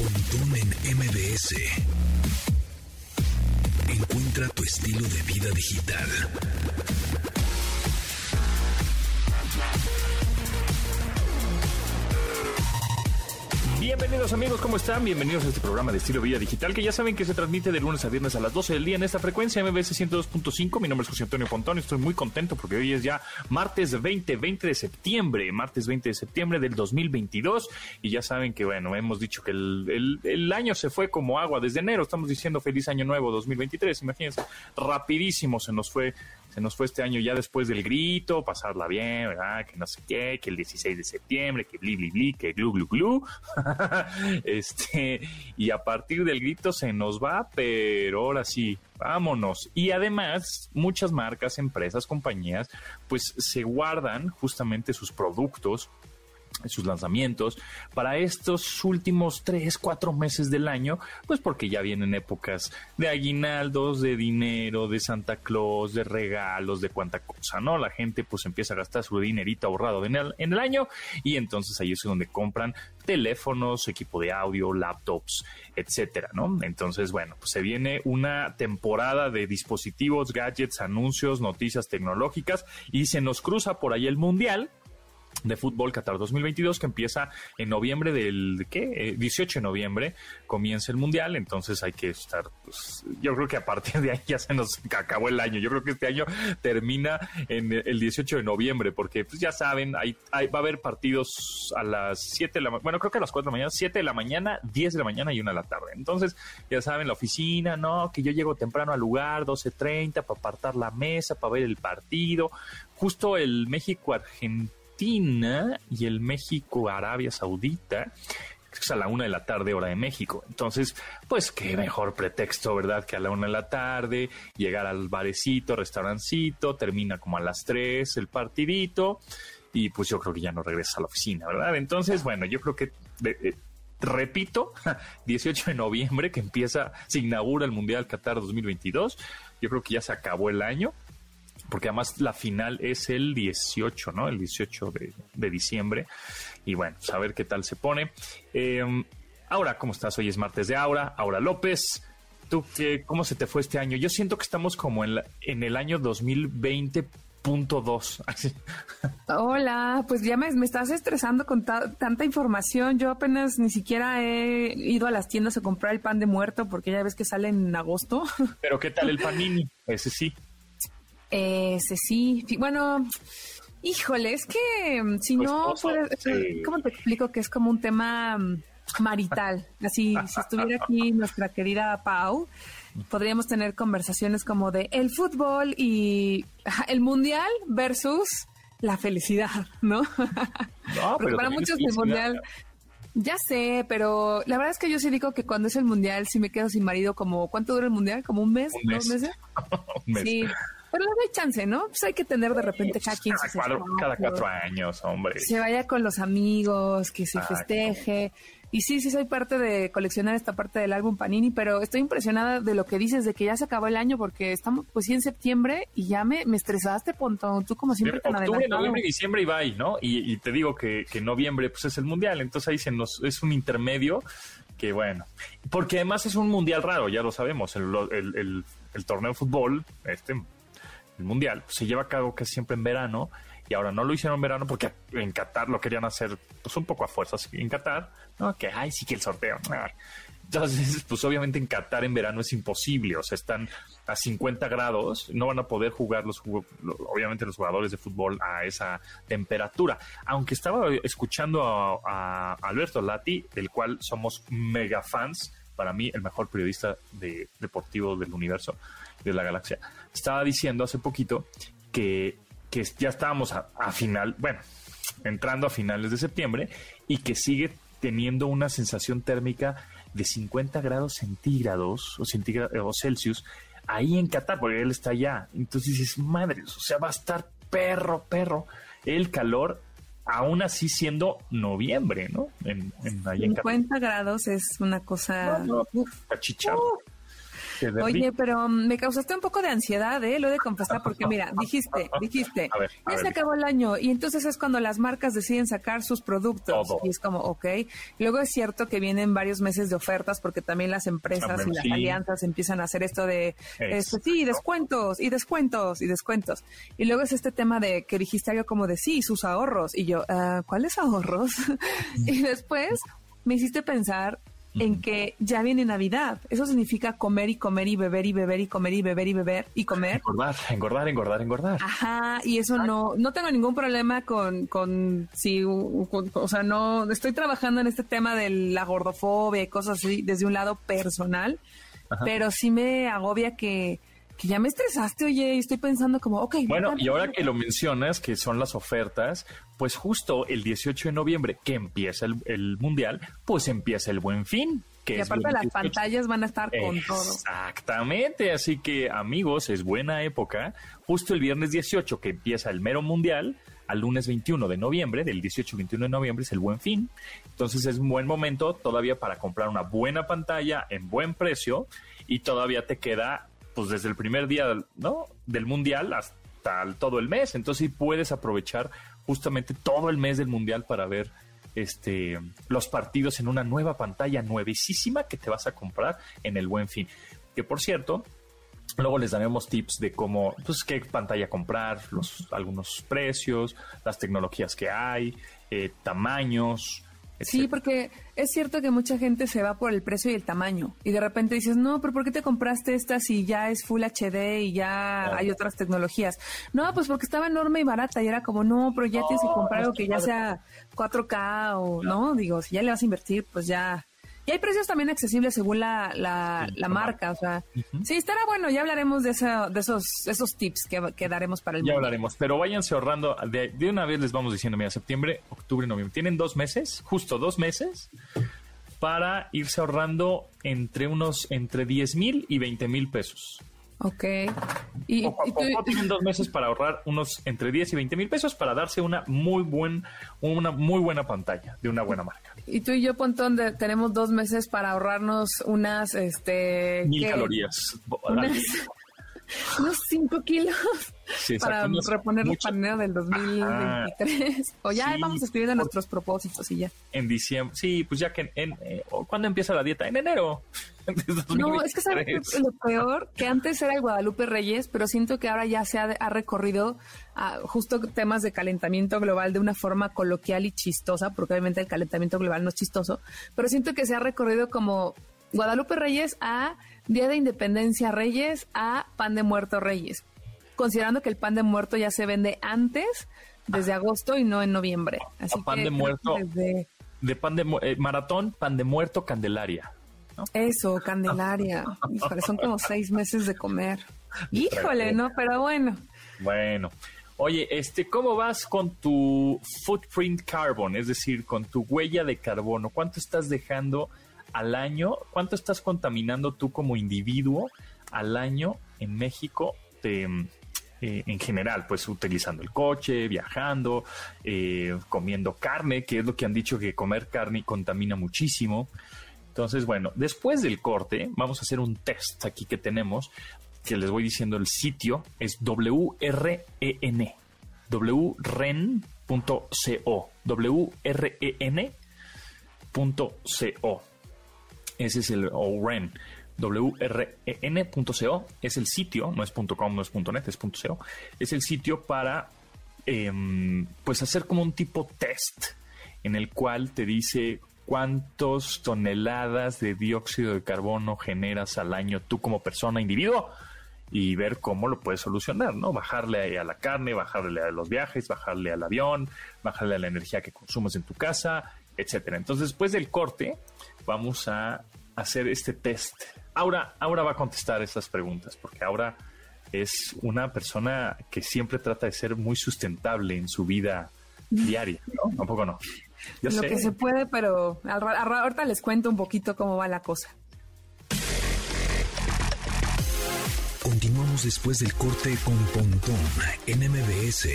Pontón en MBS. Encuentra tu estilo de vida digital. Bienvenidos amigos, ¿cómo están? Bienvenidos a este programa de Estilo Vida Digital, que ya saben que se transmite de lunes a viernes a las 12 del día en esta frecuencia MBS 102.5. Mi nombre es José Antonio Pontón y estoy muy contento porque hoy es ya martes 20 de septiembre, martes 20 de septiembre del 2022. Y ya saben que, bueno, hemos dicho que el año se fue como agua desde enero. Estamos diciendo feliz año nuevo 2023, imagínense, rapidísimo se nos fue este año ya después del grito, pasarla bien, ¿verdad? Que no sé qué, que el 16 de septiembre, que bli, bli, bli, que glu, glu, glu. Y a partir del grito se nos va, pero ahora sí, vámonos. Y además, muchas marcas, empresas, compañías, pues se guardan justamente sus productos, sus lanzamientos para estos últimos 3-4 meses del año, pues porque ya vienen épocas de aguinaldos, de dinero, de Santa Claus, de regalos, de cuánta cosa, ¿no? La gente pues empieza a gastar su dinerito ahorrado en el año y entonces ahí es donde compran teléfonos, equipo de audio, laptops, etcétera, ¿no? Entonces, bueno, pues se viene una temporada de dispositivos, gadgets, anuncios, noticias tecnológicas y se nos cruza por ahí el Mundial de Fútbol Qatar 2022 que empieza en noviembre 18 de noviembre comienza el Mundial, entonces hay que estar, pues, yo creo que a partir de ahí ya se nos acabó el año, yo creo que este año termina en el 18 de noviembre, porque pues ya saben, va a haber partidos a las 7 de la mañana, bueno, creo que a las 4 de la mañana, 7 de la mañana, 10 de la mañana y 1 de la tarde, entonces ya saben, la oficina, no, que yo llego temprano al lugar, 12:30 para apartar la mesa, para ver el partido, justo el México-Argentina y el México-Arabia Saudita, que es a la 1 de la tarde, hora de México. Entonces, pues qué mejor pretexto, ¿verdad? Que a la 1 de la tarde, llegar al barecito, restaurancito, termina como a las 3 el partidito, y pues yo creo que ya no regresa a la oficina, ¿verdad? Entonces, bueno, yo creo que, repito, 18 de noviembre que se inaugura el Mundial Qatar 2022, yo creo que ya se acabó el año, porque además la final es el 18, ¿no? El 18 de diciembre. Y bueno, pues a ver qué tal se pone. Aura, ¿cómo estás? Hoy es martes de Aura López. ¿Tú cómo se te fue este año? Yo siento que estamos como en el año 2020.2. Hola, pues ya me estás estresando con tanta información. Yo apenas ni siquiera he ido a las tiendas a comprar el pan de muerto, porque ya ves que sale en agosto. Pero ¿qué tal el panini? Ese sí. Ese sí, bueno, híjole, es que si no fuera, ¿cómo te explico? Que es como un tema marital. Así, si estuviera aquí nuestra querida Pau, podríamos tener conversaciones como de el fútbol y el mundial versus la felicidad, ¿no? No, porque para muchos el mundial... Ya sé, pero la verdad es que yo sí digo que cuando es el mundial sí me quedo sin marido como... ¿Cuánto dura el mundial? ¿Como un mes? ¿2 meses? Un mes. Sí. Pero le doy chance, ¿no? Pues hay que tener de repente cada 15 cada 4 años, hombre. Se vaya con los amigos, que se festeje. Y sí, soy parte de coleccionar esta parte del álbum Panini, pero estoy impresionada de lo que dices, de que ya se acabó el año, porque estamos pues sí en septiembre y ya me estresaste, Pontón. Tú como siempre tan adelantado. Octubre, noviembre y diciembre y bye, ¿no? Y te digo que noviembre pues es el Mundial, entonces ahí es un intermedio que bueno. Porque además es un Mundial raro, ya lo sabemos, el torneo de fútbol, el Mundial, pues, se lleva a cabo casi siempre en verano, y ahora no lo hicieron en verano porque en Qatar lo querían hacer pues un poco a fuerzas en Qatar, ¿no? Que sí que el sorteo. Entonces, pues obviamente en Qatar en verano es imposible, o sea, están a 50 grados, no van a poder jugar obviamente los jugadores de fútbol a esa temperatura. Aunque estaba escuchando a Alberto Lati, del cual somos mega fans, para mí el mejor periodista deportivo del universo, de la galaxia, estaba diciendo hace poquito que ya estábamos entrando a finales de septiembre y que sigue teniendo una sensación térmica de 50 grados centígrados o Celsius ahí en Qatar, porque él está allá. Entonces dices, madre, o sea, va a estar perro el calor, aún así siendo noviembre, ¿no? Ahí en 50 grados es una cosa... Achicharro. Oye, pero me causaste un poco de ansiedad, lo he de confesar, porque mira, dijiste, A ver, ya se acabó el año, y entonces es cuando las marcas deciden sacar sus productos. Todo. Y es como, ok. Luego es cierto que vienen varios meses de ofertas, porque también las empresas y las alianzas empiezan a hacer esto de, sí, descuentos, y descuentos, y descuentos. Y luego es este tema de que dijiste algo como de, sí, sus ahorros. Y yo, ¿cuáles ahorros? Y después me hiciste pensar en que ya viene Navidad. Eso significa comer y comer y beber y beber y comer y beber y beber y comer. Engordar. Ajá, y eso no tengo ningún problema con o sea, no estoy trabajando en este tema de la gordofobia y cosas así desde un lado personal, pero sí me agobia que ya me estresaste, oye, y estoy pensando como, ok. Bueno, y ahora que lo mencionas, que son las ofertas, pues justo el 18 de noviembre, que empieza el Mundial, pues empieza el Buen Fin. Y aparte las pantallas van a estar con todo. Exactamente, así que amigos, es buena época. Justo el viernes 18, que empieza el mero Mundial, al lunes 21 de noviembre, del 18 al 21 de noviembre es el Buen Fin. Entonces es un buen momento todavía para comprar una buena pantalla en buen precio y todavía te queda pues desde el primer día, ¿no?, del Mundial hasta todo el mes. Entonces sí puedes aprovechar justamente todo el mes del Mundial para ver los partidos en una nueva pantalla nuevecísima que te vas a comprar en el Buen Fin. Que por cierto, luego les daremos tips de cómo, pues qué pantalla comprar, algunos precios, las tecnologías que hay, tamaños. Sí, porque es cierto que mucha gente se va por el precio y el tamaño. Y de repente dices, no, pero ¿por qué te compraste esta si ya es Full HD y ya hay otras tecnologías? No, pues porque estaba enorme y barata. Y era como, no, pero ya tienes que comprar algo que ya sea 4K o, ¿no? Digo, si ya le vas a invertir, pues ya. Y hay precios también accesibles según la marca, o sea, sí, estará bueno, ya hablaremos de esos tips que daremos para el mundo. Ya hablaremos, pero váyanse ahorrando, de una vez les vamos diciendo, mira, septiembre, octubre, noviembre, tienen 2 meses, justo 2 meses, para irse ahorrando entre 10,000 y 20,000 pesos. Ok. Tienen 2 meses para ahorrar unos entre 10 y 20,000 pesos para darse una muy buena pantalla de una buena marca. Y tú y yo, Pontón, tenemos 2 meses para ahorrarnos unas 1,000 calorías. Unos 5 kilos sí, para reponer el paneo del 2023. O ya vamos escribiendo nuestros propósitos y ya. En diciembre, sí, pues ya que ¿cuándo empieza la dieta? En enero. No, es que ¿sabes lo peor? Que antes era el Guadalupe Reyes, pero siento que ahora ya se ha recorrido a justo temas de calentamiento global de una forma coloquial y chistosa, porque obviamente el calentamiento global no es chistoso, pero siento que se ha recorrido como Guadalupe Reyes a Día de Independencia Reyes a Pan de Muerto Reyes, considerando que el pan de muerto ya se vende antes, desde agosto y no en noviembre. Así pan que de muerto, maratón, pan de muerto, Candelaria, ¿no? Eso, Candelaria. Híjole, son como 6 meses de comer. Híjole, ¿no? Pero bueno. Bueno. Oye, ¿cómo vas con tu footprint carbon? Es decir, con tu huella de carbono. ¿Cuánto estás dejando al año? ¿Cuánto estás contaminando tú como individuo al año en México en general? Pues utilizando el coche, viajando, comiendo carne, que es lo que han dicho, que comer carne contamina muchísimo. Entonces, bueno, después del corte vamos a hacer un test aquí que tenemos, que les voy diciendo el sitio, es WREN, wren.co, wren.co. Ese es el WREN, wren.co, es el sitio, no es .com, no es .net, es .co. Es el sitio para pues hacer como un tipo test en el cual te dice cuántas toneladas de dióxido de carbono generas al año tú como persona, individuo, y ver cómo lo puedes solucionar, ¿no? Bajarle a la carne, bajarle a los viajes, bajarle al avión, bajarle a la energía que consumes en tu casa, etcétera. Entonces, después del corte, vamos a hacer este test. Aura va a contestar estas preguntas, porque Aura es una persona que siempre trata de ser muy sustentable en su vida diaria, ¿no? Tampoco no. Yo sé. Que se puede, pero ahorita les cuento un poquito cómo va la cosa. Continuamos después del corte con Pontón en MBS.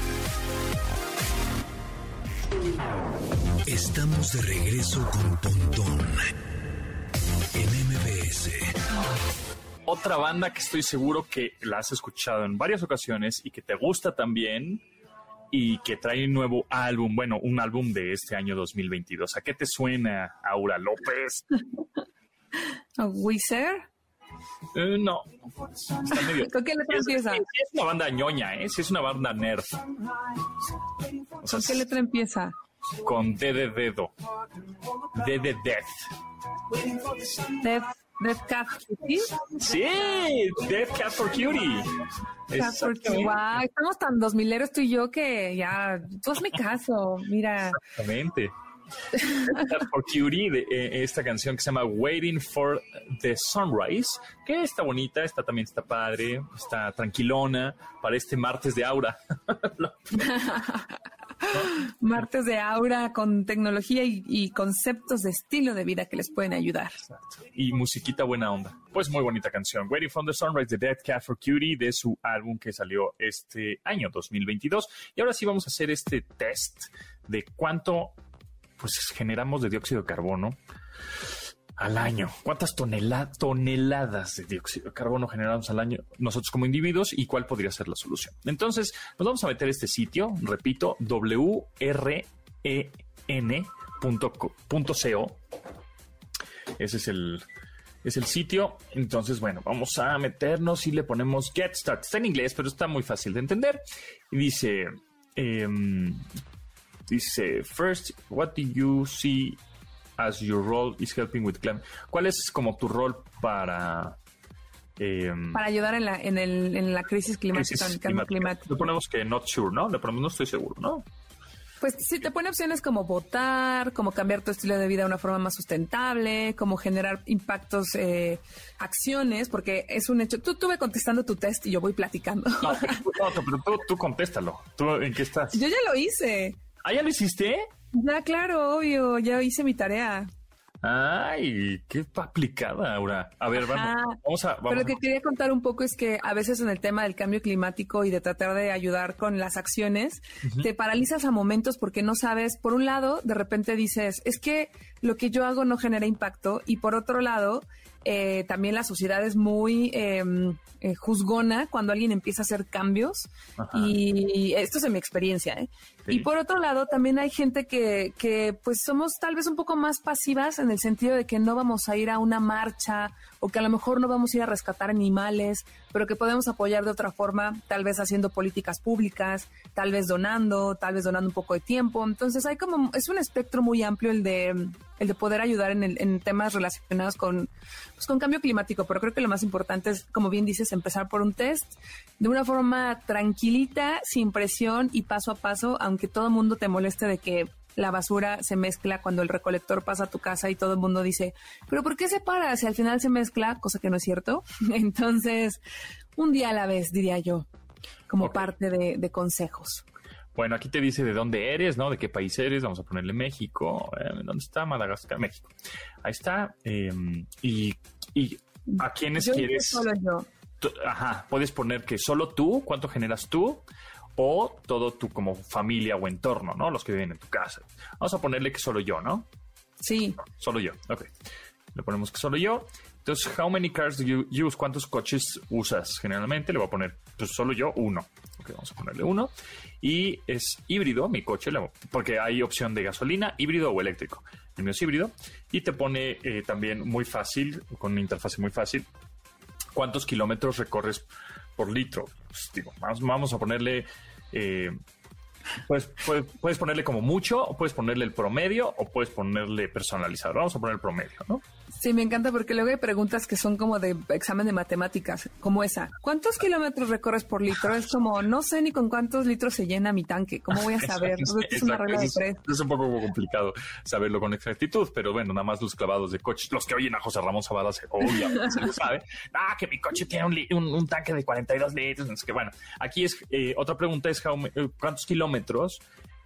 Estamos de regreso con Pontón en MBS. otra banda que estoy seguro que la has escuchado en varias ocasiones y que te gusta también y que trae un nuevo álbum, bueno, un álbum de este año 2022. ¿A qué te suena, Aura López? ¿Weezer? No. Está medio... ¿Con qué letra empieza? Es una banda ñoña, ¿eh? Sí, es una banda nerd. O sea, ¿Con qué letra empieza? Con D de dedo. D de death. Death Cat Cutie. Sí, Death Cat for Cutie. Wow, estamos tan 2000eros tú y yo que ya, tú hazme caso, mira. Exactamente. Death Cat for Cutie, esta canción que se llama Waiting for the Sunrise, que está bonita, también está padre, está tranquilona para este martes de Aura. Martes de Aura con tecnología y conceptos de estilo de vida que les pueden ayudar. Exacto. Y musiquita buena onda. Pues muy bonita canción. Waiting for the Sunrise de Death Cat for Cutie, de su álbum que salió este año 2022. Y ahora sí vamos a hacer este test de cuánto pues generamos de dióxido de carbono al año. ¿Cuántas toneladas de dióxido de carbono generamos al año nosotros como individuos y cuál podría ser la solución? Entonces, nos vamos a meter a este sitio, repito, wren.co. Ese es el sitio. Entonces, bueno, vamos a meternos y le ponemos Get Start. Está en inglés, pero está muy fácil de entender. Y dice, first, what do you see as your role is helping with climate? ¿Cuál es como tu rol para ayudar en la crisis climática, en el cambio climático? Le ponemos que not sure, ¿no? Le ponemos no estoy seguro, ¿no? Pues sí, te pone opciones como votar, como cambiar tu estilo de vida de una forma más sustentable, como generar impactos, acciones, porque es un hecho. Tú ve contestando tu test y yo voy platicando. No, pero tú contéstalo. ¿Tú en qué estás? Yo ya lo hice. ¿Ah, ya lo hiciste? Ya, claro, obvio, ya hice mi tarea. Ay, qué aplicada, Aura. A ver, vamos a... Pero lo que quería contar un poco es que a veces en el tema del cambio climático y de tratar de ayudar con las acciones, te paralizas a momentos porque no sabes, por un lado, de repente dices, es que lo que yo hago no genera impacto, y por otro lado, también la sociedad es muy juzgona cuando alguien empieza a hacer cambios. Ajá. Y esto es en mi experiencia, ¿eh? Sí. Y por otro lado, también hay gente que pues somos tal vez un poco más pasivas en el sentido de que no vamos a ir a una marcha o que a lo mejor no vamos a ir a rescatar animales, pero que podemos apoyar de otra forma, tal vez haciendo políticas públicas, tal vez donando un poco de tiempo. Entonces hay como, es un espectro muy amplio el de poder ayudar en temas relacionados con cambio climático, pero creo que lo más importante es, como bien dices, empezar por un test de una forma tranquilita, sin presión y paso a paso, aunque todo el mundo te moleste de que la basura se mezcla cuando el recolector pasa a tu casa y todo el mundo dice, ¿pero por qué se para? Si al final se mezcla, cosa que no es cierto. Entonces, un día a la vez, diría yo, como parte de consejos. Bueno, aquí te dice de dónde eres, ¿no? De qué país eres. Vamos a ponerle México. ¿Dónde está Madagascar? México. Ahí está. Y ¿a quiénes quieres? Solo yo. Ajá. Puedes poner que solo tú, cuánto generas tú, o todo tu como familia o entorno, ¿no? Los que viven en tu casa. Vamos a ponerle que solo yo, ¿no? Sí. Solo yo. Ok. Le ponemos que solo yo. Entonces, how many cars do you use? ¿Cuántos coches usas generalmente? Le voy a poner, pues solo yo, 1. Ok, vamos a ponerle 1. Y es híbrido, mi coche, porque hay opción de gasolina, híbrido o eléctrico. El mío es híbrido. Y te pone también muy fácil, con una interfaz muy fácil, cuántos kilómetros recorres por litro. Pues, digo, vamos a ponerle... puedes ponerle como mucho, o puedes ponerle el promedio, o puedes ponerle personalizado. Vamos a poner el promedio, ¿no? Sí, me encanta porque luego hay preguntas que son como de examen de matemáticas, como esa. ¿Cuántos kilómetros recorres por litro? Es como, no sé ni con cuántos litros se llena mi tanque. ¿Cómo voy a saber? Es una regla de tres. Es un poco complicado saberlo con exactitud, pero bueno, nada más los clavados de coches, los que oyen a José Ramón Zavala, obviamente se lo sabe. Que mi coche tiene un tanque de 42 litros. Es que bueno, aquí es otra pregunta es ¿cuántos kilómetros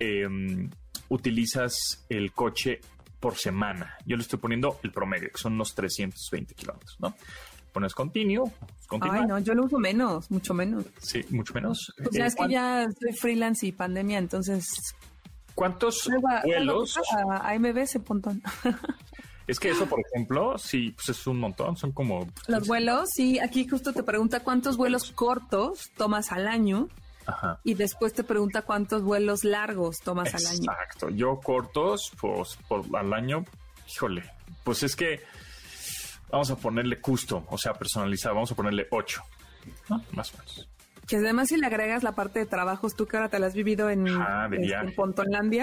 utilizas el coche por semana? Yo le estoy poniendo el promedio, que son unos 320 kilómetros, ¿no? Pones continue. Ay, no, yo lo uso menos, mucho menos. Sí, mucho menos. O sea, es que ya soy freelance y pandemia, entonces... ¿Cuántos vuelos? A AMB ese pontón. Es que eso, por ejemplo, sí, pues es un montón, son como... Los vuelos, sí, aquí justo te pregunta cuántos vuelos cortos tomas al año. Ajá. Y después te pregunta cuántos vuelos largos tomas al año. Exacto. Yo cortos, pues al año, híjole, pues es que vamos a ponerle custom, o sea, personalizado, vamos a ponerle 8, ¿no? Más o menos. Que además si le agregas la parte de trabajos, tú que ahora te la has vivido en Pontonlandia.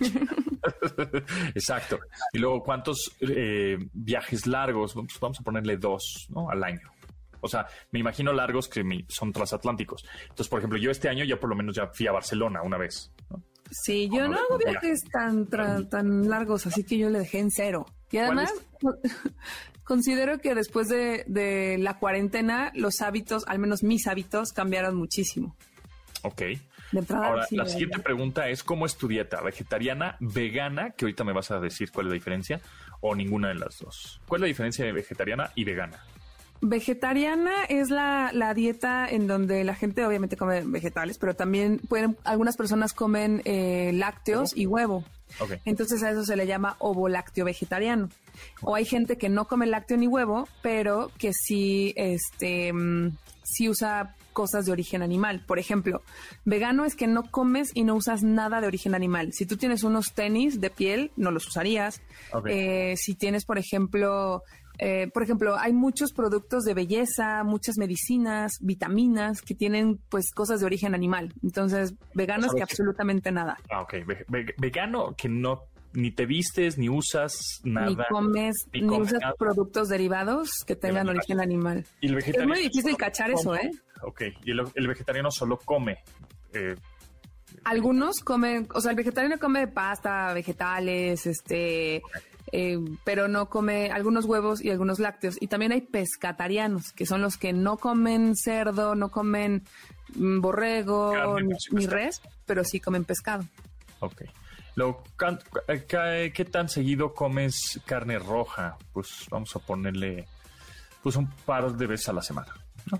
Exacto. Y luego, ¿cuántos viajes largos? Pues vamos a ponerle 2, ¿no? Al año. O sea, me imagino largos que son transatlánticos. Entonces, por ejemplo, yo este año ya por lo menos ya fui a Barcelona una vez, ¿no? Sí, yo no hago viajes tan largos, así que yo le dejé en 0. Y además, considero que después de la cuarentena, los hábitos, al menos mis hábitos, cambiaron muchísimo. Ok. De entrada, ahora, sí, la siguiente pregunta es, ¿cómo es tu dieta? ¿Vegetariana, vegana? Que ahorita me vas a decir cuál es la diferencia, o ninguna de las dos. ¿Cuál es la diferencia de vegetariana y vegana? Vegetariana es la dieta en donde la gente obviamente come vegetales, pero también algunas personas comen lácteos y huevo. Okay. Entonces a eso se le llama ovo-lácteo vegetariano. O hay gente que no come lácteo ni huevo, pero que sí, sí usa cosas de origen animal. Por ejemplo, vegano es que no comes y no usas nada de origen animal. Si tú tienes unos tenis de piel, no los usarías. Okay. Si tienes, por ejemplo, hay muchos productos de belleza, muchas medicinas, vitaminas que tienen pues cosas de origen animal. Entonces, vegano es que absolutamente nada. Ah, ok. Vegano que no ni te vistes, ni usas nada. Ni comes, ni usas nada. Productos derivados que tengan origen animal. ¿Y el vegetariano? Es muy difícil cachar eso, ¿eh? Ok. Y el vegetariano solo come. Algunos comen, o sea, el vegetariano come pasta, vegetales, pero no come algunos huevos y algunos lácteos. Y también hay pescatarianos, que son los que no comen cerdo, no comen borrego, ni res, pero sí comen pescado. Ok. Luego, ¿qué tan seguido comes carne roja? Pues vamos a ponerle pues un par de veces a la semana, ¿no?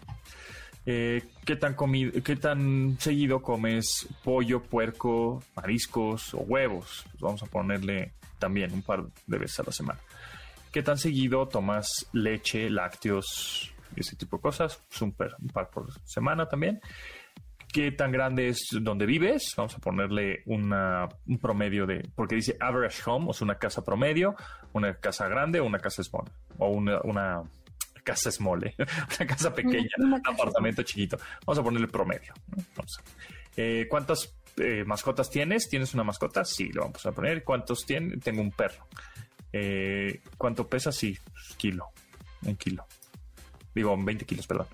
¿Qué tan seguido comes pollo, puerco, mariscos o huevos? Pues vamos a ponerle también un par de veces a la semana. ¿Qué tan seguido tomas leche, lácteos y ese tipo de cosas? Pues un par por semana también. ¿Qué tan grande es donde vives? Vamos a ponerle un promedio porque dice average home, o sea, una casa promedio, una casa grande o una casa small, o una casa small, una casa pequeña, un apartamento chiquito. Vamos a ponerle promedio, ¿no? ¿Cuántas mascotas tienes? ¿Tienes una mascota? Sí, lo vamos a poner. ¿Cuántos tienes? Tengo un perro. ¿Cuánto pesa? Sí, un kilo. Digo, 20 kilos, perdón.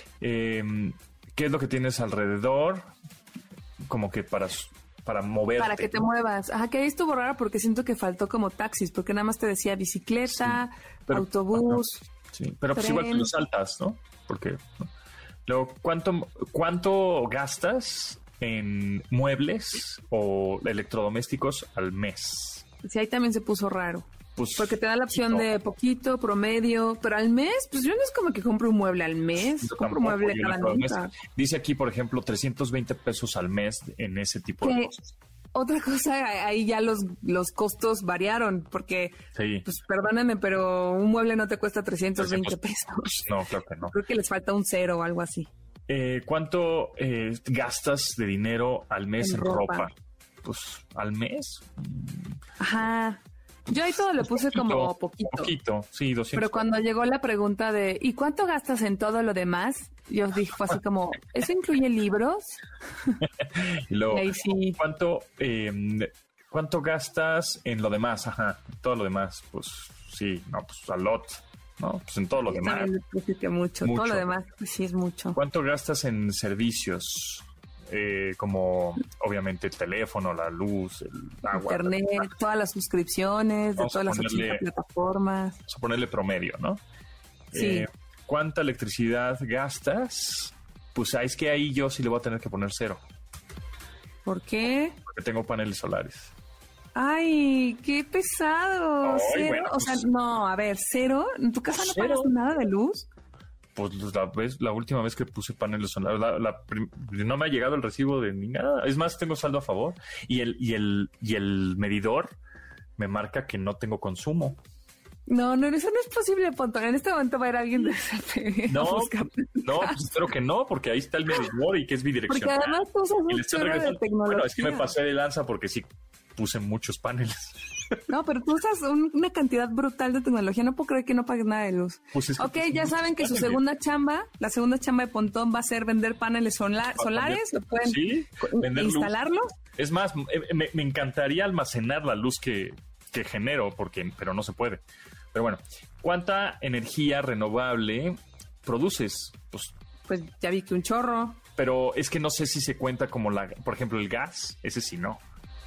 ¿Qué es lo que tienes alrededor? Como que para moverte. Para que te muevas. Ajá, que ahí estuvo raro porque siento que faltó como taxis, porque nada más te decía bicicleta, sí, autobús. Sí, pero pues igual te lo saltas, ¿no? Porque, ¿no? Luego, ¿cuánto gastas en muebles o electrodomésticos al mes? Sí, ahí también se puso raro. Pues, porque te da la opción de poquito, promedio, pero al mes, pues yo no es como que compro un mueble al mes, compro un mueble cada mes. Dice aquí, por ejemplo, 320 pesos al mes en ese tipo de cosas. Otra cosa, ahí ya los costos variaron, porque, sí, pues perdóname, pero un mueble no te cuesta 320 pesos. No, claro que no. Creo que les falta un 0 o algo así. ¿Cuánto gastas de dinero al mes en ropa? Pues, ¿al mes? Ajá. Yo ahí todo le puse como poquito. Poquito, sí, 200. Pero cuando llegó la pregunta de ¿y cuánto gastas en todo lo demás? Yo dije, fue así como, ¿eso incluye libros? Y luego, y ahí sí. ¿Cuánto gastas en lo demás? Ajá, todo lo demás, pues sí, no, pues a lot, ¿no? Pues en todo lo demás. Mucho. Todo lo demás, pues sí es mucho. ¿Cuánto gastas en servicios? Como obviamente el teléfono, la luz, el agua, internet, todas las suscripciones de todas las 80 plataformas. Vamos a ponerle promedio, ¿no? Sí. ¿Cuánta electricidad gastas? Pues es que ahí yo sí le voy a tener que poner 0. ¿Por qué? Porque tengo paneles solares. ¡Ay, qué pesado! Ay, 0, bueno, pues, o sea, no, a ver, 0. ¿En tu casa no pagas nada de luz? Pues la última vez que puse paneles solares, no me ha llegado el recibo de ni nada. Es más, tengo saldo a favor y el medidor me marca que no tengo consumo. No, eso no es posible, Pontón. En este momento va a ir alguien de SAP. No, pues espero que no, porque ahí está el medidor y que es bidireccional. Porque además tú usas un chorro de tecnología. Bueno, es que me pasé de lanza porque sí puse muchos paneles. No, pero tú usas una cantidad brutal de tecnología. No puedo creer que no pagues nada de luz. Pues es que ya saben que la segunda chamba de Pontón va a ser vender paneles solares. Lo pueden instalarlos. Es más, me encantaría almacenar la luz que genero, pero no se puede. Pero bueno, ¿cuánta energía renovable produces? Pues ya vi que un chorro. Pero es que no sé si se cuenta como por ejemplo, el gas. Ese sí no.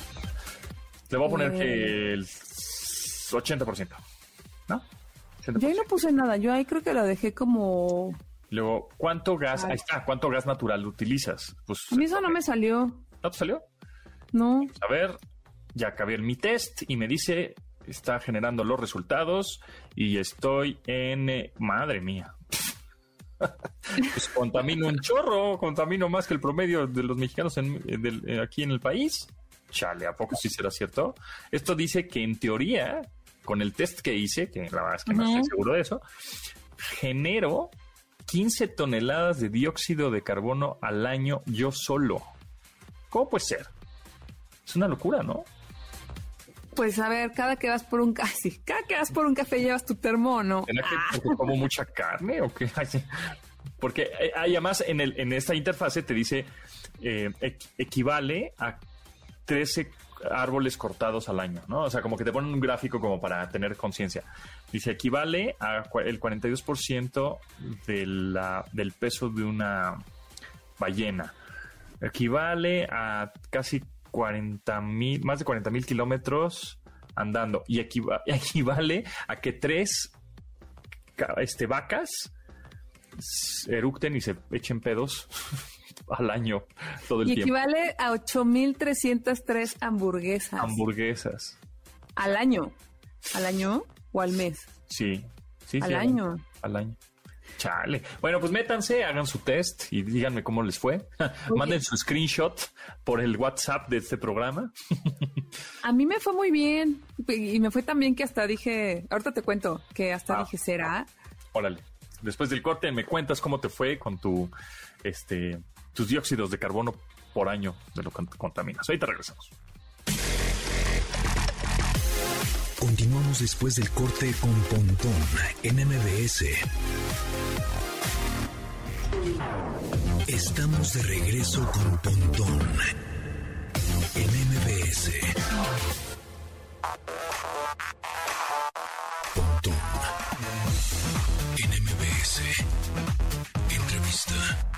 Le voy a poner que el 80%, ¿no? 80%. Yo ahí no puse nada. Yo ahí creo que lo dejé como... Luego, ¿cuánto gas? Ahí está. ¿Cuánto gas natural utilizas? Pues, a mí eso no me salió. ¿No te salió? No. A ver, ya acabé mi test y me dice... Está generando los resultados y estoy en... madre mía. Pues contamino un chorro, contamino más que el promedio de los mexicanos aquí en el país. Chale, ¿a poco sí será cierto? Esto dice que en teoría, con el test que hice, que la verdad es que no estoy seguro de eso, genero 15 toneladas de dióxido de carbono al año yo solo. ¿Cómo puede ser? Es una locura, ¿no? Pues a ver, cada que vas por un café llevas tu termo, ¿no? ¿Será que como mucha carne o qué? Porque además en esta interfase te dice equivale a 13 árboles cortados al año, ¿no? O sea, como que te ponen un gráfico como para tener conciencia. Dice, equivale a el 42% del peso de una ballena. Equivale a casi más de 40,000 kilómetros andando. Y equivale a que 3 vacas eructen y se echen pedos al año todo el tiempo. Y equivale a 8,303 hamburguesas. Hamburguesas. ¿Al año? ¿Al año o al mes? Sí. Al año. Al año. Chale. Bueno, pues métanse, hagan su test y díganme cómo les fue. Manden su screenshot por el WhatsApp de este programa. A mí me fue muy bien. Y me fue tan bien que hasta dije, ahorita te cuento, que hasta dije, ¿será? Órale. Después del corte me cuentas cómo te fue con tus dióxidos de carbono por año de lo que contaminas. Ahorita regresamos. Continuamos después del corte con Pontón en MBS. Estamos de regreso con Pontón en MBS. Pontón en MBS. Entrevista.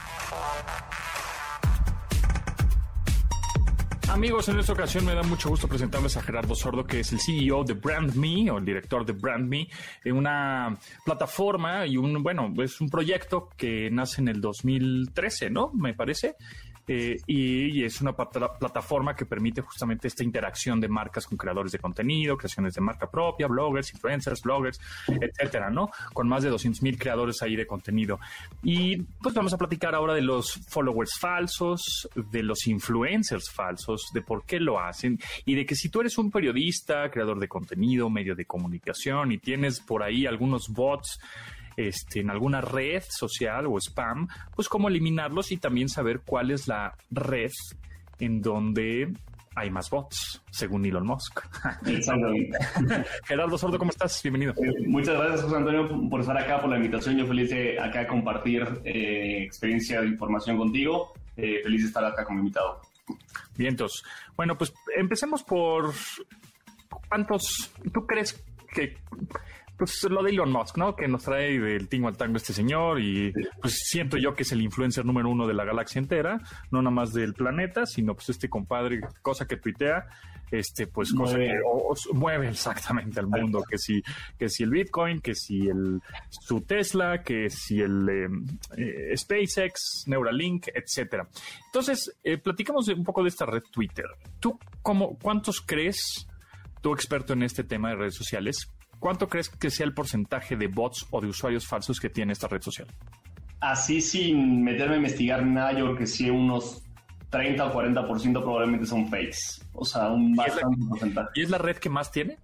Amigos, en esta ocasión me da mucho gusto presentarles a Gerardo Sordo, que es el CEO de BrandMe, o el director de BrandMe, una plataforma y es un proyecto que nace en el 2013, ¿no? Me parece. Y es una plataforma que permite justamente esta interacción de marcas con creadores de contenido, creaciones de marca propia, bloggers, influencers, bloggers, etcétera, ¿no? Con más de 200,000 creadores ahí de contenido. Y pues vamos a platicar ahora de los followers falsos, de los influencers falsos, de por qué lo hacen y de que si tú eres un periodista, creador de contenido, medio de comunicación y tienes por ahí algunos bots en alguna red social o spam, pues cómo eliminarlos y también saber cuál es la red en donde hay más bots, según Elon Musk. Gerardo Sordo, ¿cómo estás? Bienvenido. Muchas gracias, José Antonio, por estar acá, por la invitación. Yo feliz de acá compartir experiencia de información contigo. Feliz de estar acá como invitado. Vientos. Bueno, pues empecemos por ¿cuántos tú crees que... Pues lo de Elon Musk, ¿no? Que nos trae del tingo al tango este señor y pues siento yo que es el influencer número 1 de la galaxia entera, no nada más del planeta, sino pues este compadre, cosa que tuitea, pues cosa que mueve exactamente al mundo, que si el Bitcoin, que si su Tesla, que si el SpaceX, Neuralink, etcétera. Entonces, platicamos un poco de esta red Twitter. ¿Tú cuántos crees, tú experto en este tema de redes sociales, cuánto crees que sea el porcentaje de bots o de usuarios falsos que tiene esta red social? Así sin meterme a investigar nada, yo creo que sí unos 30 o 40% probablemente son fakes. O sea, un bastante porcentaje. ¿Y es la red que más tiene?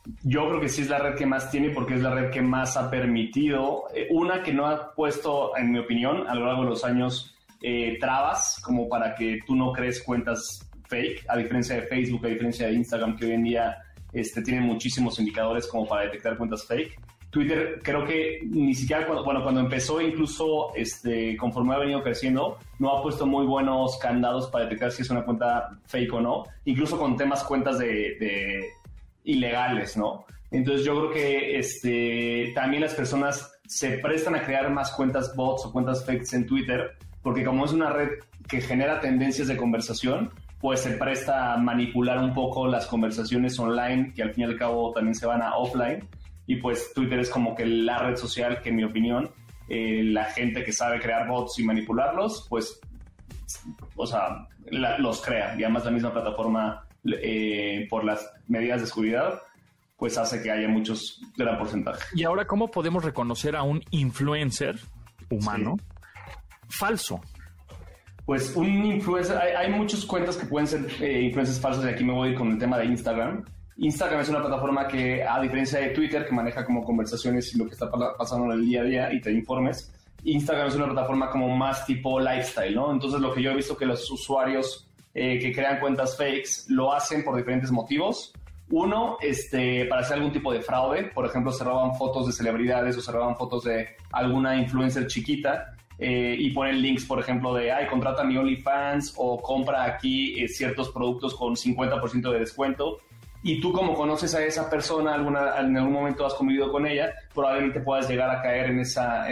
yo creo que sí es la red que más tiene porque es la red que más ha permitido, una que no ha puesto, en mi opinión, a lo largo de los años, trabas como para que tú no crees cuentas fake, a diferencia de Facebook, a diferencia de Instagram, que hoy en día tiene muchísimos indicadores como para detectar cuentas fake. Twitter creo que ni siquiera cuando empezó, incluso conforme ha venido creciendo, no ha puesto muy buenos candados para detectar si es una cuenta fake o no, incluso con temas cuentas de ilegales, ¿no? Entonces yo creo que también las personas se prestan a crear más cuentas bots o cuentas fakes en Twitter, porque como es una red que genera tendencias de conversación, pues se presta a manipular un poco las conversaciones online, que al fin y al cabo también se van a offline, y pues Twitter es como que la red social que, en mi opinión, la gente que sabe crear bots y manipularlos, pues, o sea, los crea, y además la misma plataforma, por las medidas de seguridad, pues hace que haya gran porcentaje. Y ahora, ¿cómo podemos reconocer a un influencer humano falso? Pues un influencer, hay muchas cuentas que pueden ser influencers falsos, y aquí me voy con el tema de Instagram. Instagram es una plataforma que, a diferencia de Twitter, que maneja como conversaciones y lo que está pasando en el día a día y te informes, Instagram es una plataforma como más tipo lifestyle, ¿no? Entonces lo que yo he visto que los usuarios que crean cuentas fakes lo hacen por diferentes motivos. Uno, para hacer algún tipo de fraude. Por ejemplo, se roban fotos de celebridades o se roban fotos de alguna influencer chiquita y ponen links, por ejemplo, de contrata mi OnlyFans o compra aquí ciertos productos con 50% de descuento. Y tú, como conoces a esa persona, en algún momento has convivido con ella, probablemente puedas llegar a caer en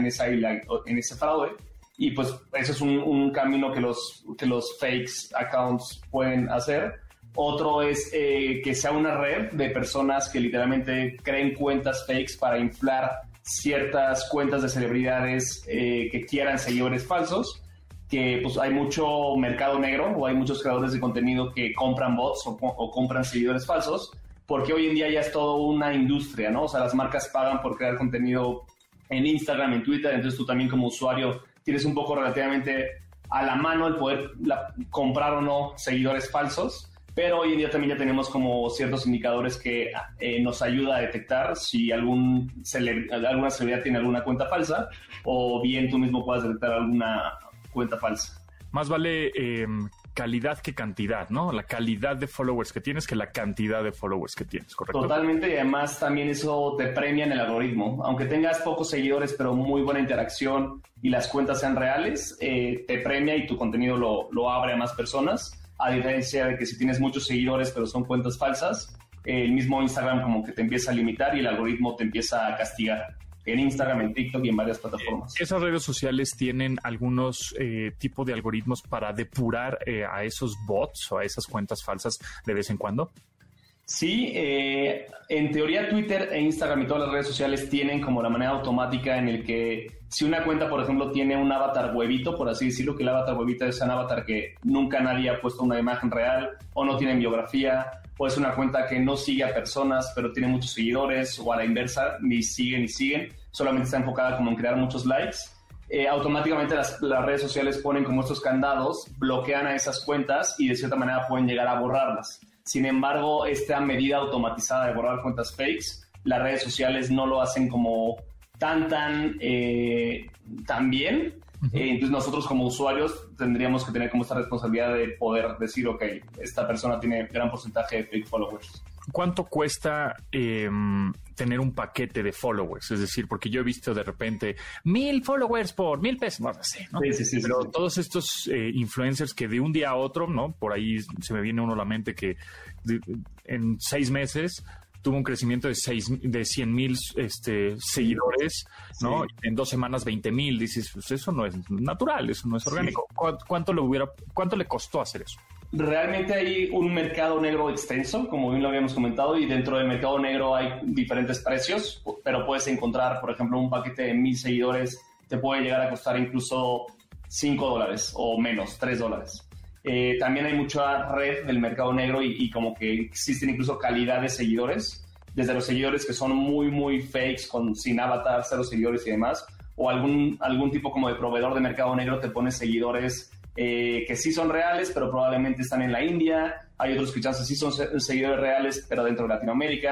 ese fraude. Y pues eso es un camino que los fakes accounts pueden hacer. Otro es que sea una red de personas que literalmente creen cuentas fakes para inflar ciertas cuentas de celebridades que quieran seguidores falsos, que pues hay mucho mercado negro o hay muchos creadores de contenido que compran bots o compran seguidores falsos, porque hoy en día ya es todo una industria, ¿no? O sea, las marcas pagan por crear contenido en Instagram, en Twitter, entonces tú también como usuario tienes un poco relativamente a la mano el poder comprar o no seguidores falsos. Pero hoy en día también ya tenemos como ciertos indicadores que nos ayuda a detectar si alguna celebridad tiene alguna cuenta falsa, o bien tú mismo puedas detectar alguna cuenta falsa. Más vale calidad que cantidad, ¿no? La calidad de followers que tienes que la cantidad de followers que tienes, ¿correcto? Totalmente, y además también eso te premia en el algoritmo. Aunque tengas pocos seguidores, pero muy buena interacción y las cuentas sean reales, te premia y tu contenido lo abre a más personas. A diferencia de que si tienes muchos seguidores pero son cuentas falsas, el mismo Instagram como que te empieza a limitar y el algoritmo te empieza a castigar. En Instagram, en TikTok y en varias plataformas. ¿Esas redes sociales tienen algunos tipos de algoritmos para depurar a esos bots o a esas cuentas falsas de vez en cuando? Sí, en teoría Twitter e Instagram y todas las redes sociales tienen como la manera automática en el que si una cuenta, por ejemplo, tiene un avatar huevito, por así decirlo, que el avatar huevito es un avatar que nunca nadie ha puesto una imagen real o no tiene biografía, o es una cuenta que no sigue a personas pero tiene muchos seguidores, o a la inversa, ni siguen, solamente está enfocada como en crear muchos likes. Automáticamente las redes sociales ponen como estos candados, bloquean a esas cuentas y de cierta manera pueden llegar a borrarlas. Sin embargo, esta medida automatizada de borrar cuentas fakes, las redes sociales no lo hacen como tan bien. Entonces nosotros como usuarios tendríamos que tener como esta responsabilidad de poder decir, ok, esta persona tiene gran porcentaje de fake followers. ¿Cuánto cuesta tener un paquete de followers? Es decir, porque yo he visto de repente 1,000 followers por 1,000 pesos, no sé, ¿no? Sí. Pero todos estos influencers que de un día a otro, ¿no? Por ahí se me viene uno a la mente que en 6 meses tuvo un crecimiento de 100,000 seguidores, ¿no? Sí. En 2 semanas 20,000. Dices, pues eso no es natural, eso no es orgánico. Sí. ¿Cuánto le costó hacer eso? Realmente hay un mercado negro extenso, como bien lo habíamos comentado, y dentro del mercado negro hay diferentes precios, pero puedes encontrar, por ejemplo, un paquete de 1,000 seguidores te puede llegar a costar incluso $5 o menos, $3. También hay mucha red del mercado negro y como que existen incluso calidad de seguidores, desde los seguidores que son muy, muy fakes, sin avatar, 0 seguidores y demás, o algún tipo como de proveedor de mercado negro te pone seguidores que sí son reales, pero probablemente están en la India. Hay otros que quizás sí son seguidores reales, pero dentro de Latinoamérica.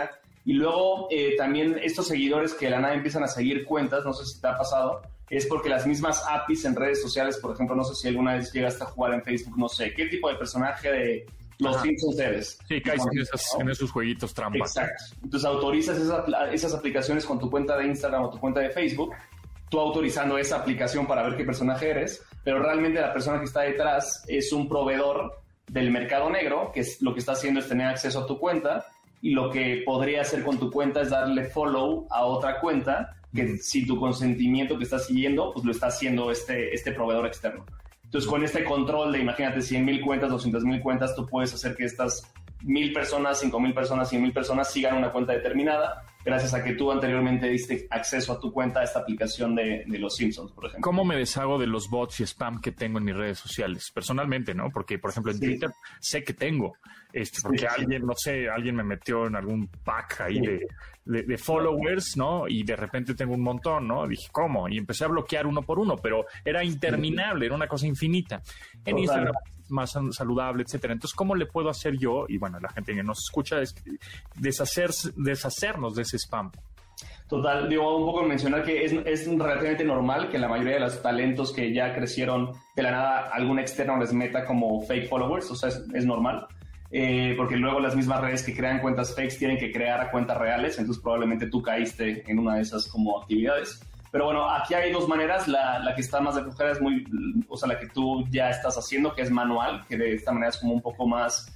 Y luego también estos seguidores que de la nada empiezan a seguir cuentas, no sé si te ha pasado, es porque las mismas APIs en redes sociales, por ejemplo, no sé si alguna vez llegaste a jugar en Facebook, no sé, ¿qué tipo de personaje de Los Simpsons eres? Sí, caes en esos jueguitos trampa. Exacto. Entonces autorizas esas aplicaciones con tu cuenta de Instagram o tu cuenta de Facebook, tú autorizando esa aplicación para ver qué personaje eres, pero realmente la persona que está detrás es un proveedor del mercado negro, que es, lo que está haciendo es tener acceso a tu cuenta, y lo que podría hacer con tu cuenta es darle follow a otra cuenta que sin tu consentimiento que estás siguiendo, pues lo está haciendo este proveedor externo. Entonces, con este control de, imagínate, 100,000 cuentas, 200,000 cuentas, tú puedes hacer que estas 1,000 personas, 5,000 personas, 100,000 personas sigan una cuenta determinada gracias a que tú anteriormente diste acceso a tu cuenta a esta aplicación de Los Simpsons, por ejemplo. ¿Cómo me deshago de los bots y spam que tengo en mis redes sociales? Personalmente, ¿no? Porque, por ejemplo, en Twitter sé que tengo, porque alguien, no sé, alguien me metió en algún pack ahí de followers, ¿no? Y de repente tengo un montón, ¿no? Dije, ¿cómo? Y empecé a bloquear uno por uno, pero era interminable, era una cosa infinita. En Instagram más saludable, etcétera. Entonces, ¿cómo le puedo hacer yo? Y bueno, la gente que nos escucha es deshacernos de ese spam. Total, digo, un poco mencionar que es relativamente normal que la mayoría de los talentos que ya crecieron de la nada, algún externo les meta como fake followers, o sea, es normal. Porque luego las mismas redes que crean cuentas fakes tienen que crear cuentas reales, entonces probablemente tú caíste en una de esas como actividades. Pero bueno, aquí hay dos maneras, la que está más de flojera es la que tú ya estás haciendo, que es manual, que de esta manera es como un poco más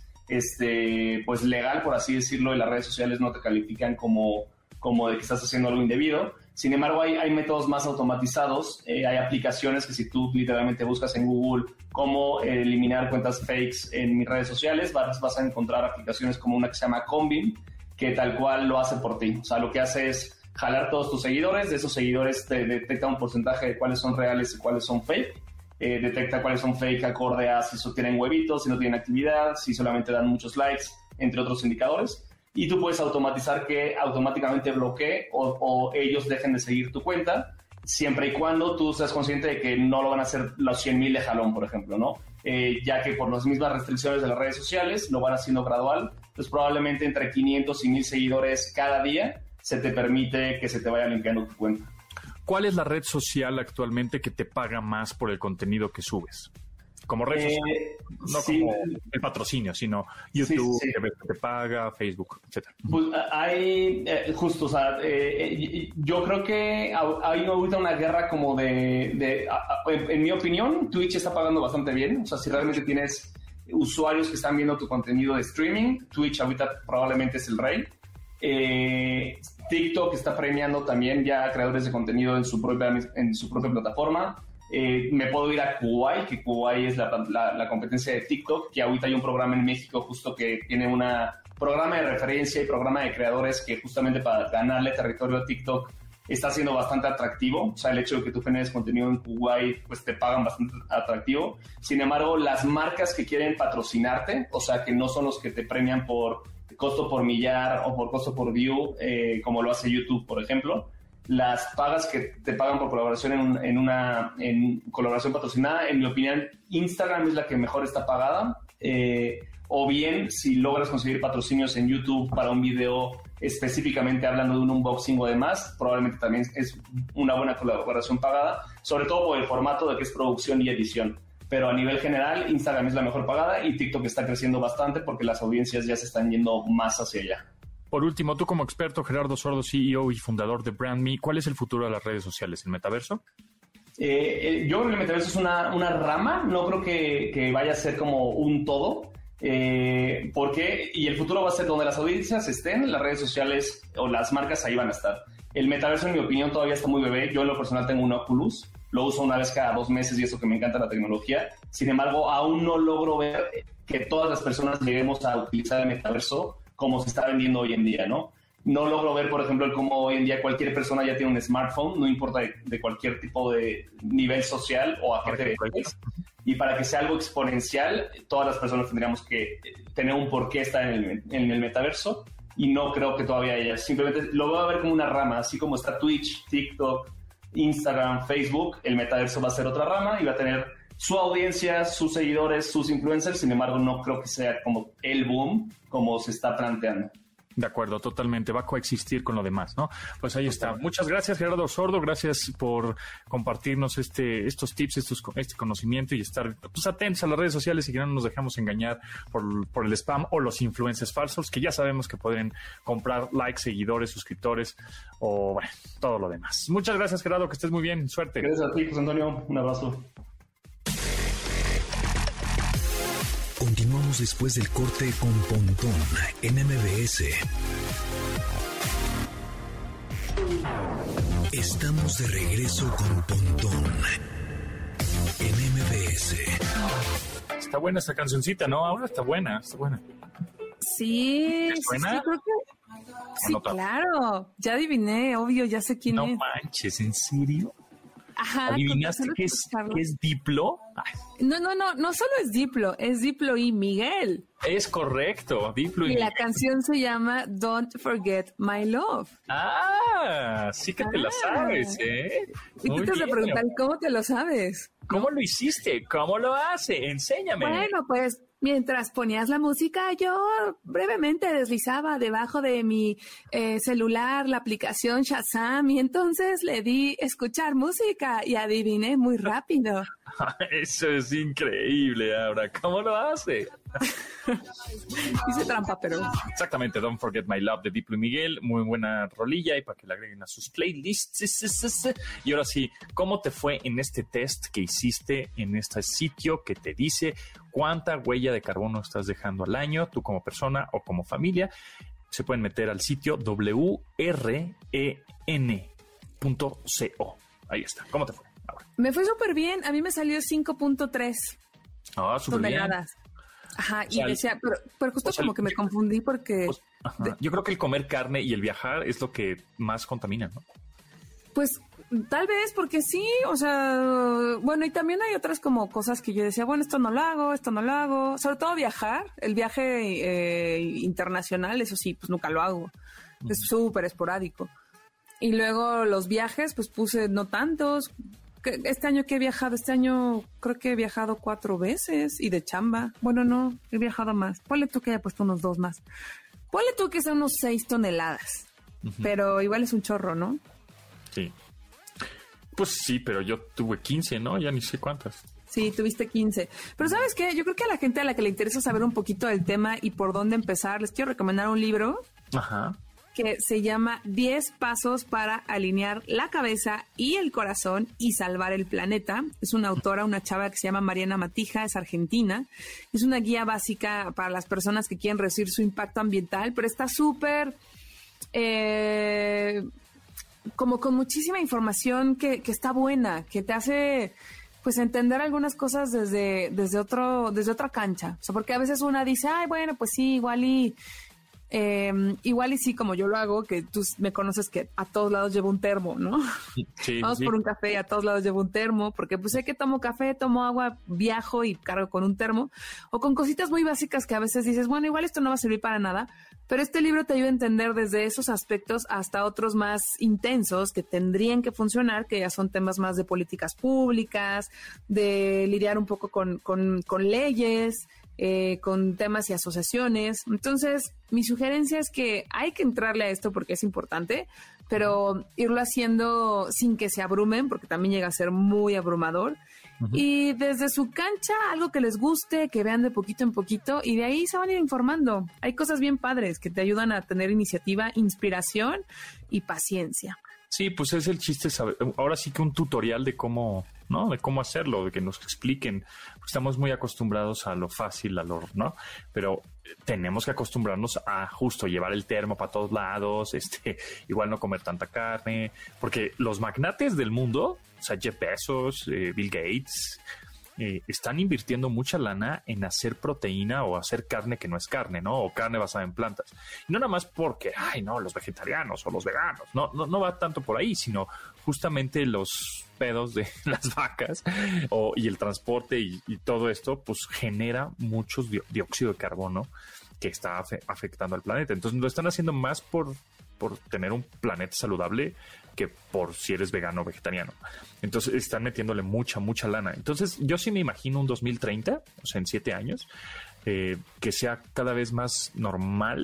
pues legal, por así decirlo, y las redes sociales no te califican como de que estás haciendo algo indebido. Sin embargo, hay métodos más automatizados, hay aplicaciones que si tú literalmente buscas en Google cómo eliminar cuentas fakes en mis redes sociales, vas a encontrar aplicaciones como una que se llama Combin, que tal cual lo hace por ti. O sea, lo que hace es jalar todos tus seguidores, de esos seguidores te detecta un porcentaje de cuáles son reales y cuáles son fake, detecta cuáles son fake acorde a si tienen huevitos, si no tienen actividad, si solamente dan muchos likes, entre otros indicadores. Y tú puedes automatizar que automáticamente bloquee o ellos dejen de seguir tu cuenta, siempre y cuando tú seas consciente de que no lo van a hacer los 100,000 de jalón, por ejemplo, ¿no? Ya que por las mismas restricciones de las redes sociales lo van haciendo gradual, pues probablemente entre 500 y 1,000 seguidores cada día se te permite que se te vaya limpiando tu cuenta. ¿Cuál es la red social actualmente que te paga más por el contenido que subes? Como red social, no como el patrocinio, sino YouTube, que te paga, Facebook, etcétera. Pues hay, justo, o sea, yo creo que hay ahorita una guerra como en mi opinión, Twitch está pagando bastante bien. O sea, si realmente tienes usuarios que están viendo tu contenido de streaming, Twitch ahorita probablemente es el rey. TikTok está premiando también ya a creadores de contenido en su propia plataforma. Me puedo ir a Kuwait, que Kuwait es la competencia de TikTok, que ahorita hay un programa en México justo que tiene un programa de referencia y programa de creadores que justamente para ganarle territorio a TikTok está siendo bastante atractivo. O sea, el hecho de que tú generes contenido en Kuwait, pues te pagan bastante atractivo. Sin embargo, las marcas que quieren patrocinarte, o sea, que no son los que te premian por costo por millar o por costo por view, como lo hace YouTube, por ejemplo, las pagas que te pagan por colaboración en colaboración patrocinada, en mi opinión, Instagram es la que mejor está pagada, o bien si logras conseguir patrocinios en YouTube para un video específicamente hablando de un unboxing o demás, probablemente también es una buena colaboración pagada, sobre todo por el formato de que es producción y edición. Pero a nivel general, Instagram es la mejor pagada y TikTok está creciendo bastante porque las audiencias ya se están yendo más hacia allá. Por último, tú como experto, Gerardo Sordo, CEO y fundador de BrandMe, ¿cuál es el futuro de las redes sociales? ¿El metaverso? Yo creo que el metaverso es una rama, no creo que vaya a ser como un todo, porque y el futuro va a ser donde las audiencias estén, las redes sociales o las marcas ahí van a estar. El metaverso, en mi opinión, todavía está muy bebé. Yo en lo personal tengo un Oculus, lo uso una vez cada 2 meses y eso que me encanta la tecnología. Sin embargo, aún no logro ver que todas las personas lleguemos a utilizar el metaverso como se está vendiendo hoy en día, ¿no? No logro ver, por ejemplo, cómo hoy en día cualquier persona ya tiene un smartphone, no importa de cualquier tipo de nivel social o a qué te dedicas. Y para que sea algo exponencial, todas las personas tendríamos que tener un porqué estar en el metaverso, y no creo que todavía haya. Simplemente lo voy a ver como una rama, así como está Twitch, TikTok, Instagram, Facebook, el metaverso va a ser otra rama y va a tener su audiencia, sus seguidores, sus influencers. Sin embargo, no creo que sea como el boom como se está planteando. De acuerdo, totalmente. Va a coexistir con lo demás, ¿no? Pues ahí está. Muchas gracias, Gerardo Sordo. Gracias por compartirnos estos tips, este conocimiento y estar pues, atentos a las redes sociales y que no nos dejemos engañar por el spam o los influencers falsos, que ya sabemos que pueden comprar likes, seguidores, suscriptores o bueno, todo lo demás. Muchas gracias, Gerardo. Que estés muy bien. Suerte. Gracias a ti, José Antonio. Un abrazo. Continuamos después del corte con Pontón en MBS. Estamos de regreso con Pontón en MBS. Está buena esta cancioncita, ¿no? Ahora está buena. Sí, ¿Te suena? sí, creo que... Sí, claro. Ya adiviné, obvio, ya sé quién es. No manches, ¿en serio? Ajá. ¿Adivinaste qué es Diplo? Ay. No solo es Diplo y Miguel. Es correcto, Diplo y la Miguel. Canción se llama Don't Forget My Love. Sí que te la sabes, ¿eh? Y tú te vas a preguntar, ¿cómo te lo sabes? ¿Cómo lo hiciste? ¿Cómo lo hace? Enséñame. Bueno, pues mientras ponías la música, yo brevemente deslizaba debajo de mi celular la aplicación Shazam y entonces le di escuchar música y adiviné muy rápido. Eso es increíble, ahora. ¿Cómo lo hace? Hice trampa, pero... Exactamente, Don't Forget My Love de Diplo y Miguel. Muy buena rolilla y para que la agreguen a sus playlists. Y ahora sí, ¿cómo te fue en este test que hiciste en este sitio que te dice cuánta huella de carbono estás dejando al año, tú como persona o como familia? Se pueden meter al sitio wren.co. Ahí está. ¿Cómo te fue? Ahora. Me fue súper bien. A mí me salió 5.3 súper bien. toneladas. Ajá, o sea, y decía, pero justo como que me confundí porque... Yo creo que el comer carne y el viajar es lo que más contamina, ¿no? Pues tal vez porque sí, o sea, bueno, y también hay otras como cosas que yo decía, bueno, esto no lo hago, sobre todo viajar, el viaje internacional, eso sí, pues nunca lo hago, es súper esporádico. Y luego los viajes, pues puse no tantos. Este año que he viajado, creo que he viajado 4 veces y de chamba. Bueno, no, he viajado más. Ponle tú que haya puesto unos 2 más. Ponle tú que sean unos 6 toneladas. Pero igual es un chorro, ¿no? Sí. Pues sí, pero yo tuve 15, ¿no? Ya ni sé cuántas. Sí, tuviste 15. Pero ¿sabes qué? Yo creo que a la gente a la que le interesa saber un poquito del tema y por dónde empezar, les quiero recomendar un libro. Ajá. Que se llama 10 pasos para alinear la cabeza y el corazón y salvar el planeta. Es una autora, una chava que se llama Mariana Matija, es argentina. Es una guía básica para las personas que quieren reducir su impacto ambiental, pero está súper... como con muchísima información que está buena, que te hace pues entender algunas cosas desde otra cancha. O sea, porque a veces una dice, ay, bueno, pues sí, igual y sí, como yo lo hago, que tú me conoces que a todos lados llevo un termo, ¿no? Sí, Vamos por un café y a todos lados llevo un termo, porque pues sé que tomo café, tomo agua, viajo y cargo con un termo, o con cositas muy básicas que a veces dices, bueno, igual esto no va a servir para nada, pero este libro te ayuda a entender desde esos aspectos hasta otros más intensos que tendrían que funcionar, que ya son temas más de políticas públicas, de lidiar un poco con leyes, con temas y asociaciones. Entonces, mi sugerencia es que hay que entrarle a esto porque es importante, pero irlo haciendo sin que se abrumen, porque también llega a ser muy abrumador. Y desde su cancha, algo que les guste, que vean de poquito en poquito, y de ahí se van a ir informando. Hay cosas bien padres que te ayudan a tener iniciativa, inspiración y paciencia. Sí, pues es el chiste, saber. Ahora sí que un tutorial de cómo, ¿no? De cómo hacerlo, de que nos expliquen. Estamos muy acostumbrados a lo fácil, ¿no? Pero tenemos que acostumbrarnos a justo llevar el termo para todos lados, igual no comer tanta carne, porque los magnates del mundo, o sea, Jeff Bezos, Bill Gates, están invirtiendo mucha lana en hacer proteína o hacer carne que no es carne, ¿no? O carne basada en plantas. Y no nada más porque, los vegetarianos o los veganos, no va tanto por ahí, sino justamente los pedos de las vacas y el transporte y todo esto, pues genera mucho dióxido de carbono que está afectando al planeta. Entonces lo están haciendo más por tener un planeta saludable que por si eres vegano o vegetariano. Entonces están metiéndole mucha lana. Entonces yo sí me imagino un 2030, o sea, en 7 años, que sea cada vez más normal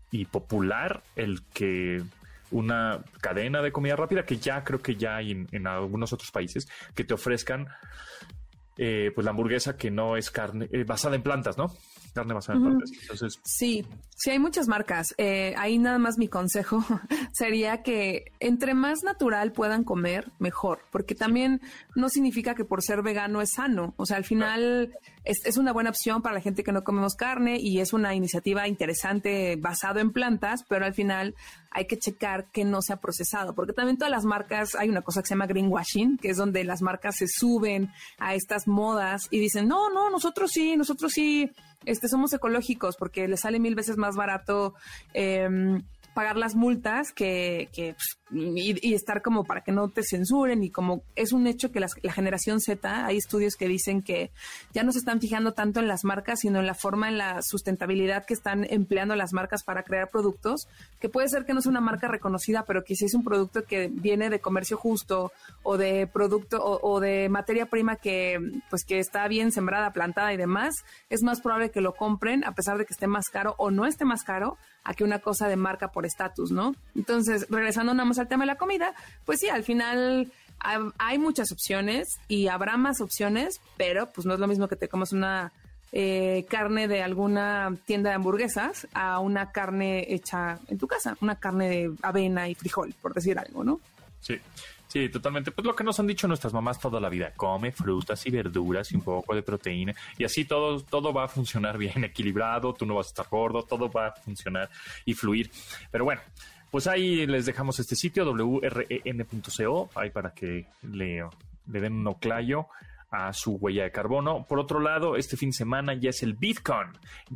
popular el que una cadena de comida rápida, que ya creo que ya hay en algunos otros países, que te ofrezcan pues la hamburguesa que no es carne basada en plantas, ¿no? Carne basada en plantas. Entonces, sí, hay muchas marcas. Ahí nada más mi consejo sería que entre más natural puedan comer, mejor, porque también no significa que por ser vegano es sano. O sea, al final es una buena opción para la gente que no comemos carne y es una iniciativa interesante basado en plantas, pero al final hay que checar que no sea procesado, porque también todas las marcas, hay una cosa que se llama greenwashing, que es donde las marcas se suben a estas modas y dicen, no, nosotros sí, somos ecológicos, porque les sale 1000 veces más barato pagar las multas y estar como para que no te censuren, y como es un hecho que la generación Z, hay estudios que dicen que ya no se están fijando tanto en las marcas, sino en la forma, en la sustentabilidad que están empleando las marcas para crear productos, que puede ser que no sea una marca reconocida, pero que si es un producto que viene de comercio justo o de producto o de materia prima que está bien sembrada, plantada y demás, es más probable que lo compren a pesar de que esté más caro o no esté más caro a que una cosa de marca por estatus, ¿no? Entonces, regresando nada más al tema de la comida, pues sí, al final hay muchas opciones y habrá más opciones, pero pues no es lo mismo que te comas una carne de alguna tienda de hamburguesas a una carne hecha en tu casa, una carne de avena y frijol, por decir algo, ¿no? Sí, totalmente. Pues lo que nos han dicho nuestras mamás toda la vida: come frutas y verduras y un poco de proteína, y así todo va a funcionar bien equilibrado, tú no vas a estar gordo, todo va a funcionar y fluir. Pero bueno, pues ahí les dejamos este sitio, wren.co, ahí para que le den un oclayo a su huella de carbono. Por otro lado, este fin de semana ya es el VidCon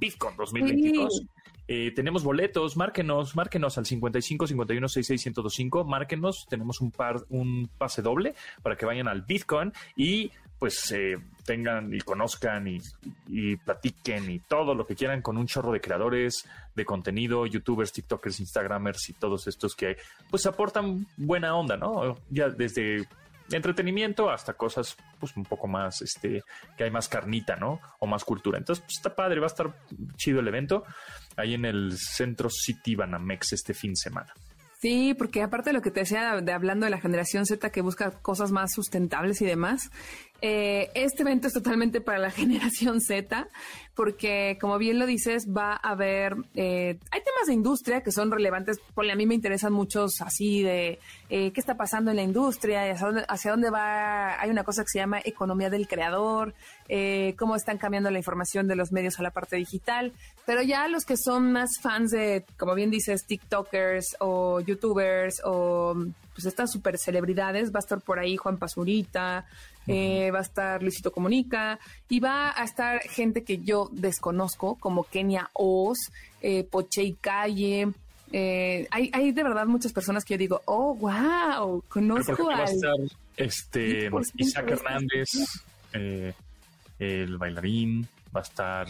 2022. Sí. Tenemos boletos, márquenos al 55 51 66 1025, márquenos, tenemos un pase doble para que vayan al VidCon y pues tengan y conozcan y platiquen y todo lo que quieran con un chorro de creadores de contenido, youtubers, tiktokers, instagramers y todos estos que pues aportan buena onda, ¿no? Ya desde entretenimiento hasta cosas pues un poco más que hay más carnita, ¿no? O más cultura. Entonces pues, está padre, va a estar chido el evento ahí en el Centro City Banamex este fin de semana. Sí, porque aparte de lo que te decía hablando de la generación Z que busca cosas más sustentables y demás, este evento es totalmente para la generación Z, porque como bien lo dices, va a haber, hay temas de industria que son relevantes, porque a mí me interesan muchos así de qué está pasando en la industria, y hacia dónde va. Hay una cosa que se llama economía del creador, cómo están cambiando la información de los medios a la parte digital, pero ya los que son más fans de, como bien dices, tiktokers o youtubers o pues estas super celebridades, va a estar por ahí Juan Pazurita, va a estar Luisito Comunica y va a estar gente que yo desconozco como Kenia Oz, Poche y Calle. Hay de verdad muchas personas que yo digo, oh, wow, conozco va a estar Isaac Hernández, el bailarín, va a estar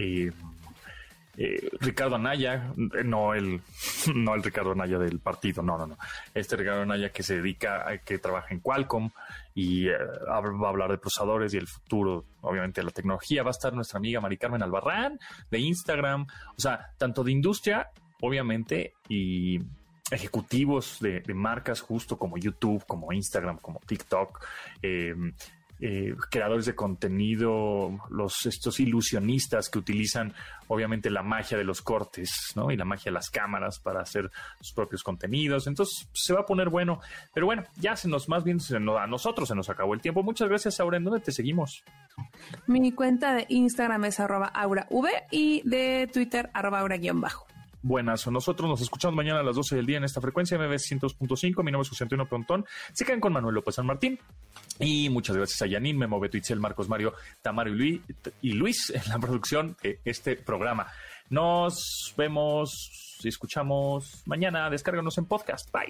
Ricardo Anaya, no el Ricardo Anaya del partido, no. Ricardo Anaya que se dedica que trabaja en Qualcomm y va a hablar de procesadores y el futuro, obviamente, de la tecnología. Va a estar nuestra amiga Mari Carmen Albarrán de Instagram, o sea, tanto de industria, obviamente, y ejecutivos de marcas justo como YouTube, como Instagram, como TikTok, creadores de contenido, estos ilusionistas que utilizan obviamente la magia de los cortes, ¿no? Y la magia de las cámaras para hacer sus propios contenidos. Entonces se va a poner bueno. Pero bueno, ya a nosotros se nos acabó el tiempo. Muchas gracias, Aura. ¿En dónde te seguimos? Mi cuenta de Instagram es @AuraV y de Twitter @Aura_. Buenas, nosotros nos escuchamos mañana a las 12 del día en esta frecuencia MBS 102.5. Mi nombre es José Antonio Pontón. Se quedan con Manuel López San Martín. Y muchas gracias a Yanin, Memo, Beto, Itzel, Marcos, Mario, Tamaro y Luis en la producción de este programa. Nos vemos y escuchamos mañana. Descárganos en podcast. Bye.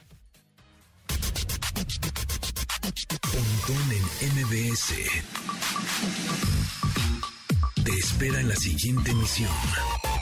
Pontón en MBS. Te espera en la siguiente emisión.